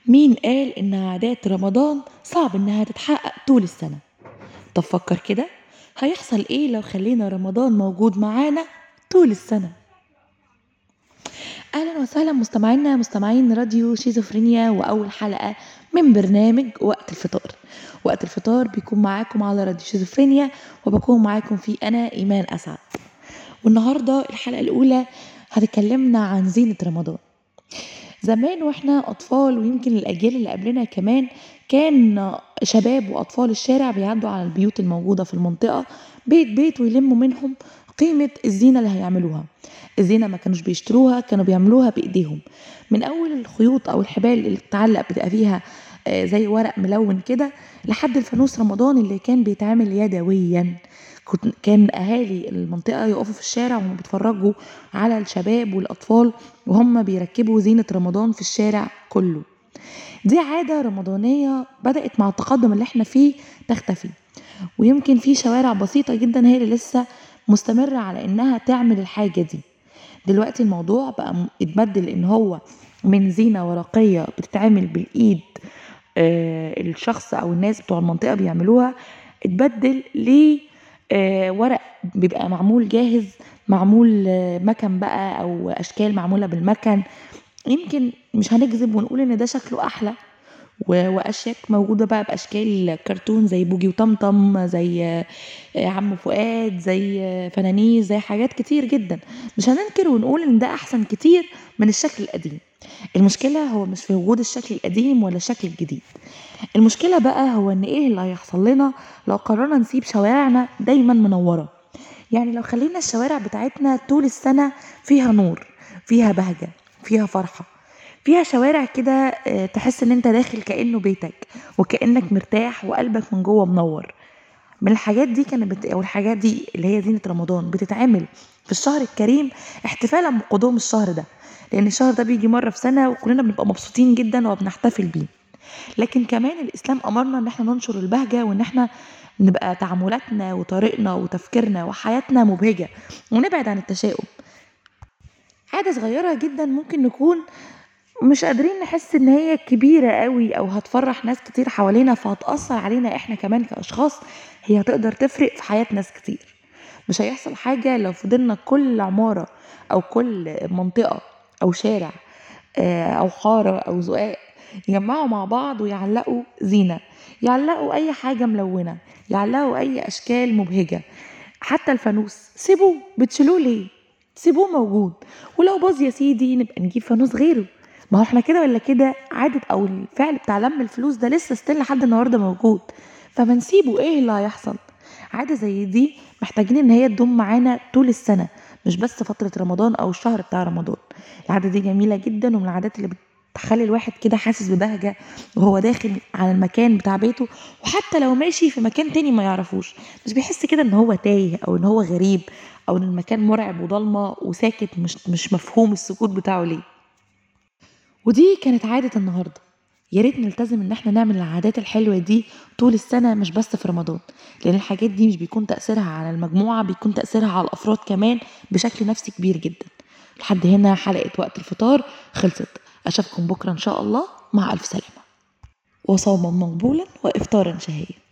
مين قال إن عادات رمضان صعب إنها تتحقق طول السنة؟ طب فكر كده، هيحصل إيه لو خلينا رمضان موجود معانا طول السنة؟ أهلا وسهلا مستمعين راديو شيزوفرينيا وأول حلقة من برنامج وقت الفطار. وقت الفطار بيكون معاكم على راديو شيزوفرينيا، وبكون معاكم فيه أنا إيمان أسعد. والنهاردة الحلقة الأولى هتكلمنا عن زينة رمضان. زمان واحنا اطفال، ويمكن الاجيال اللي قبلنا كمان، كان شباب واطفال الشارع بيعدوا على البيوت الموجودة في المنطقة بيت بيت ويلموا منهم قيمة الزينة اللي هيعملوها. الزينة ما كانوش بيشتروها، كانوا بيعملوها بايديهم، من اول الخيوط او الحبال اللي بتتعلق بتبقى فيها زي ورق ملون كده، لحد الفانوس رمضان اللي كان بيتعمل يدويا. كان اهالي المنطقه يقفوا في الشارع وهم بيتفرجوا على الشباب والاطفال وهم بيركبوا زينه رمضان في الشارع كله. دي عاده رمضانيه بدات مع التقدم اللي احنا فيه تختفي، ويمكن في شوارع بسيطه جدا هي اللي لسه مستمره على انها تعمل الحاجه دي. دلوقتي الموضوع بقى اتبدل ان هو من زينه ورقيه بتتعمل بالايد، الشخص او الناس بتوع المنطقه بيعملوها، اتبدل ل ورق بيبقى معمول جاهز، معمول مكن بقى او اشكال معموله بالمكن. يمكن مش هنكذب ونقول ان ده شكله احلى، واشياء موجوده بقى باشكال كرتون زي بوجي وطمطم، زي عم فؤاد، زي فنانيس، زي حاجات كتير جدا. مش هننكر ونقول ان ده احسن كتير من الشكل القديم. المشكله هو مش في وجود الشكل القديم ولا الشكل الجديد، المشكله بقى هو ان ايه اللي هيحصل لنا لو قررنا نسيب شوارعنا دايما منوره. يعني لو خلينا الشوارع بتاعتنا طول السنه فيها نور، فيها بهجه، فيها فرحه، فيها شوارع كده تحس ان انت داخل كأنه بيتك، وكأنك مرتاح وقلبك من جوه منور. من الحاجات دي او الحاجات دي اللي هي زينة رمضان بتتعمل في الشهر الكريم احتفالا بقدوم الشهر ده، لان الشهر ده بيجي مرة في سنة وكلنا بنبقى مبسوطين جدا وبنحتفل بيه. لكن كمان الاسلام امرنا ان احنا ننشر البهجة، وان احنا نبقى تعاملاتنا وطريقنا وتفكيرنا وحياتنا مبهجة، ونبعد عن التشاؤم. عادة صغيرة جدا ممكن نكون مش قادرين نحس ان هي كبيرة قوي او هتفرح ناس كتير حوالينا، فهتأثر علينا احنا كمان كأشخاص، هي هتقدر تفرق في حياة ناس كتير. مش هيحصل حاجة لو فضلنا كل عمارة او كل منطقة او شارع او حارة او زقاق يجمعوا مع بعض ويعلقوا زينة، يعلقوا اي حاجة ملونة، يعلقوا اي اشكال مبهجة. حتى الفانوس سيبوه، بتشيلوه ليه؟ سيبوه موجود، ولو باظ يا سيدي نبقى نجيب فانوس غيره. ما هو احنا كده ولا كده عادة او الفعل بتاع لم الفلوس ده لسه ستيل لحد النهارده موجود، فما نسيبه، ايه اللي هيحصل؟ عادة زي دي محتاجين ان هي تدوم معانا طول السنة، مش بس فترة رمضان او الشهر بتاع رمضان. العادة دي جميلة جدا، ومن العادات اللي بتخلي الواحد كده حاسس ببهجة وهو داخل على المكان بتاع بيته، وحتى لو ماشي في مكان تاني ما يعرفوش مش بيحس كده ان هو تايه او ان هو غريب، او ان المكان مرعب وضلمه وساكت، مش مفهوم السكوت بتاعه ليه. ودي كانت عادة النهارده. يا ريت نلتزم ان احنا نعمل العادات الحلوه دي طول السنه، مش بس في رمضان، لان الحاجات دي مش بيكون تاثيرها على المجموعه، بيكون تاثيرها على الافراد كمان بشكل نفسي كبير جدا. لحد هنا حلقه وقت الفطار خلصت، اشوفكم بكره ان شاء الله، مع الف سلامه، وصوما مقبولا وافطارا شهيا.